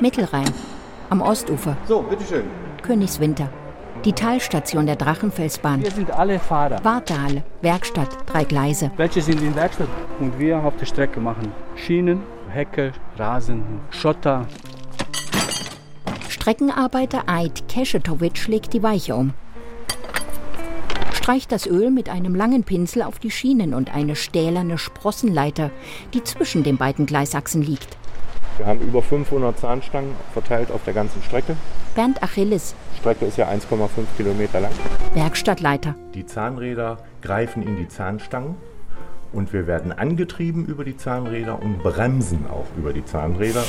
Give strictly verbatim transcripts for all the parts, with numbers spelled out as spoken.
Mittelrhein, am Ostufer. So, bitteschön. Königswinter, die Talstation der Drachenfelsbahn. Wir sind alle Fahrer. Wartehalle, Werkstatt, drei Gleise. Welche sind in der Werkstatt? Und wir auf der Strecke machen Schienen, Hecke, Rasen, Schotter. Streckenarbeiter Eid Keschetowitsch legt die Weiche um. Streicht das Öl mit einem langen Pinsel auf die Schienen und eine stählerne Sprossenleiter, die zwischen den beiden Gleisachsen liegt. Wir haben über fünfhundert Zahnstangen verteilt auf der ganzen Strecke. Bernd Achilles. Die Strecke ist ja eins Komma fünf Kilometer lang. Werkstattleiter. Die Zahnräder greifen in die Zahnstangen und wir werden angetrieben über die Zahnräder und bremsen auch über die Zahnräder.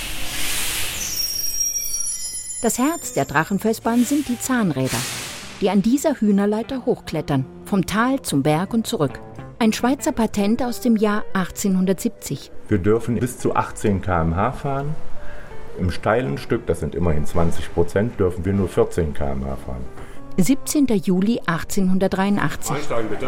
Das Herz der Drachenfelsbahn sind die Zahnräder, die an dieser Hühnerleiter hochklettern, vom Tal zum Berg und zurück. Ein Schweizer Patent aus dem Jahr achtzehnhundertsiebzig. Wir dürfen bis zu achtzehn Kilometer pro Stunde fahren. Im steilen Stück, das sind immerhin zwanzig Prozent, dürfen wir nur vierzehn Kilometer pro Stunde fahren. siebzehnter Juli achtzehnhundertdreiundachtzig. Einsteigen bitte.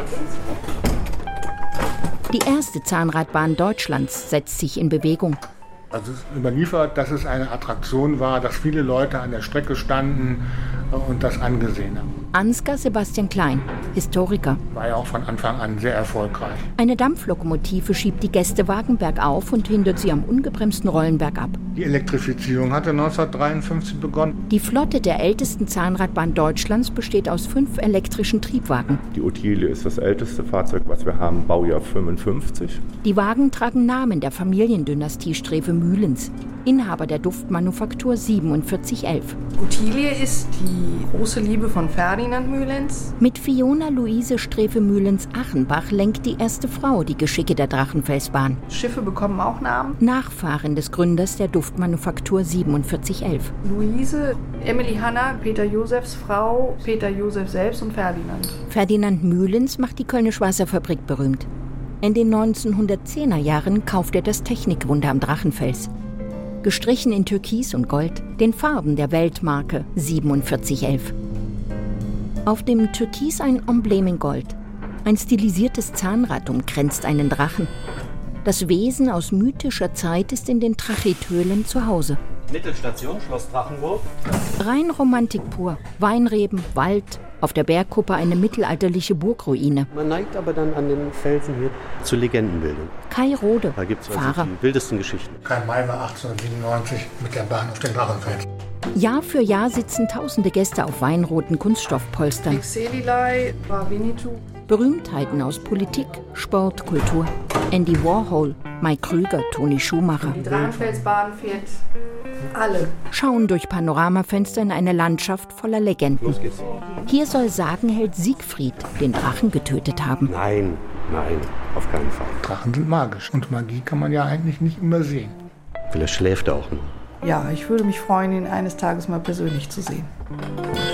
Die erste Zahnradbahn Deutschlands setzt sich in Bewegung. Also es ist überliefert, dass es eine Attraktion war, dass viele Leute an der Strecke standen und das angesehen haben. Ansgar Sebastian Klein, Historiker. War ja auch von Anfang an sehr erfolgreich. Eine Dampflokomotive schiebt die Gästewagen bergauf und hindert sie am ungebremsten Rollen bergab. Die Elektrifizierung hatte neunzehnhundertdreiundfünfzig begonnen. Die Flotte der ältesten Zahnradbahn Deutschlands besteht aus fünf elektrischen Triebwagen. Die Ottilie ist das älteste Fahrzeug, was wir haben, Baujahr fünfundfünfzig. Die Wagen tragen Namen der Familiendynastie Sträve-Mühlens, Inhaber der Duftmanufaktur siebenundvierzig elf. Ottilie ist die große Liebe von Ferdinand Mühlens. Mit Fiona Luise Sträve-Mühlens-Achenbach lenkt die erste Frau die Geschicke der Drachenfelsbahn. Schiffe bekommen auch Namen. Nachfahren des Gründers der Duftmanufaktur siebenundvierzig elf. Luise, Emily Hanna, Peter Josephs Frau, Peter Joseph selbst und Ferdinand. Ferdinand Mühlens macht die Kölnische Wasserfabrik berühmt. In den neunzehnhundertzehner Jahren kauft er das Technikwunder am Drachenfels. Gestrichen in Türkis und Gold, den Farben der Weltmarke siebenundvierzig elf. Auf dem Türkis ein Emblem in Gold. Ein stilisiertes Zahnrad umkränzt einen Drachen. Das Wesen aus mythischer Zeit ist in den Trachethöhlen zu Hause. Mittelstation, Schloss Drachenburg. Rein Romantik pur. Weinreben, Wald, auf der Bergkuppe eine mittelalterliche Burgruine. Man neigt aber dann an den Felsen hier zur Legendenbildung. Kai Rode, Da gibt es also Fahrer. die wildesten Geschichten. Kai May war achtzehnhundertsiebenundneunzig mit der Bahn auf den Drachenfels. Jahr für Jahr sitzen tausende Gäste auf weinroten Kunststoffpolstern. Xelilei war Winnetou. Berühmtheiten aus Politik, Sport, Kultur. Andy Warhol, Mike Krüger, Toni Schumacher. Die Drachenfelsbahn fährt alle. Schauen durch Panoramafenster in eine Landschaft voller Legenden. Los geht's. Hier soll Sagenheld Siegfried den Drachen getötet haben. Nein, nein, auf keinen Fall. Drachen sind magisch und Magie kann man ja eigentlich nicht immer sehen. Vielleicht schläft er auch nur. Ja, ich würde mich freuen, ihn eines Tages mal persönlich zu sehen.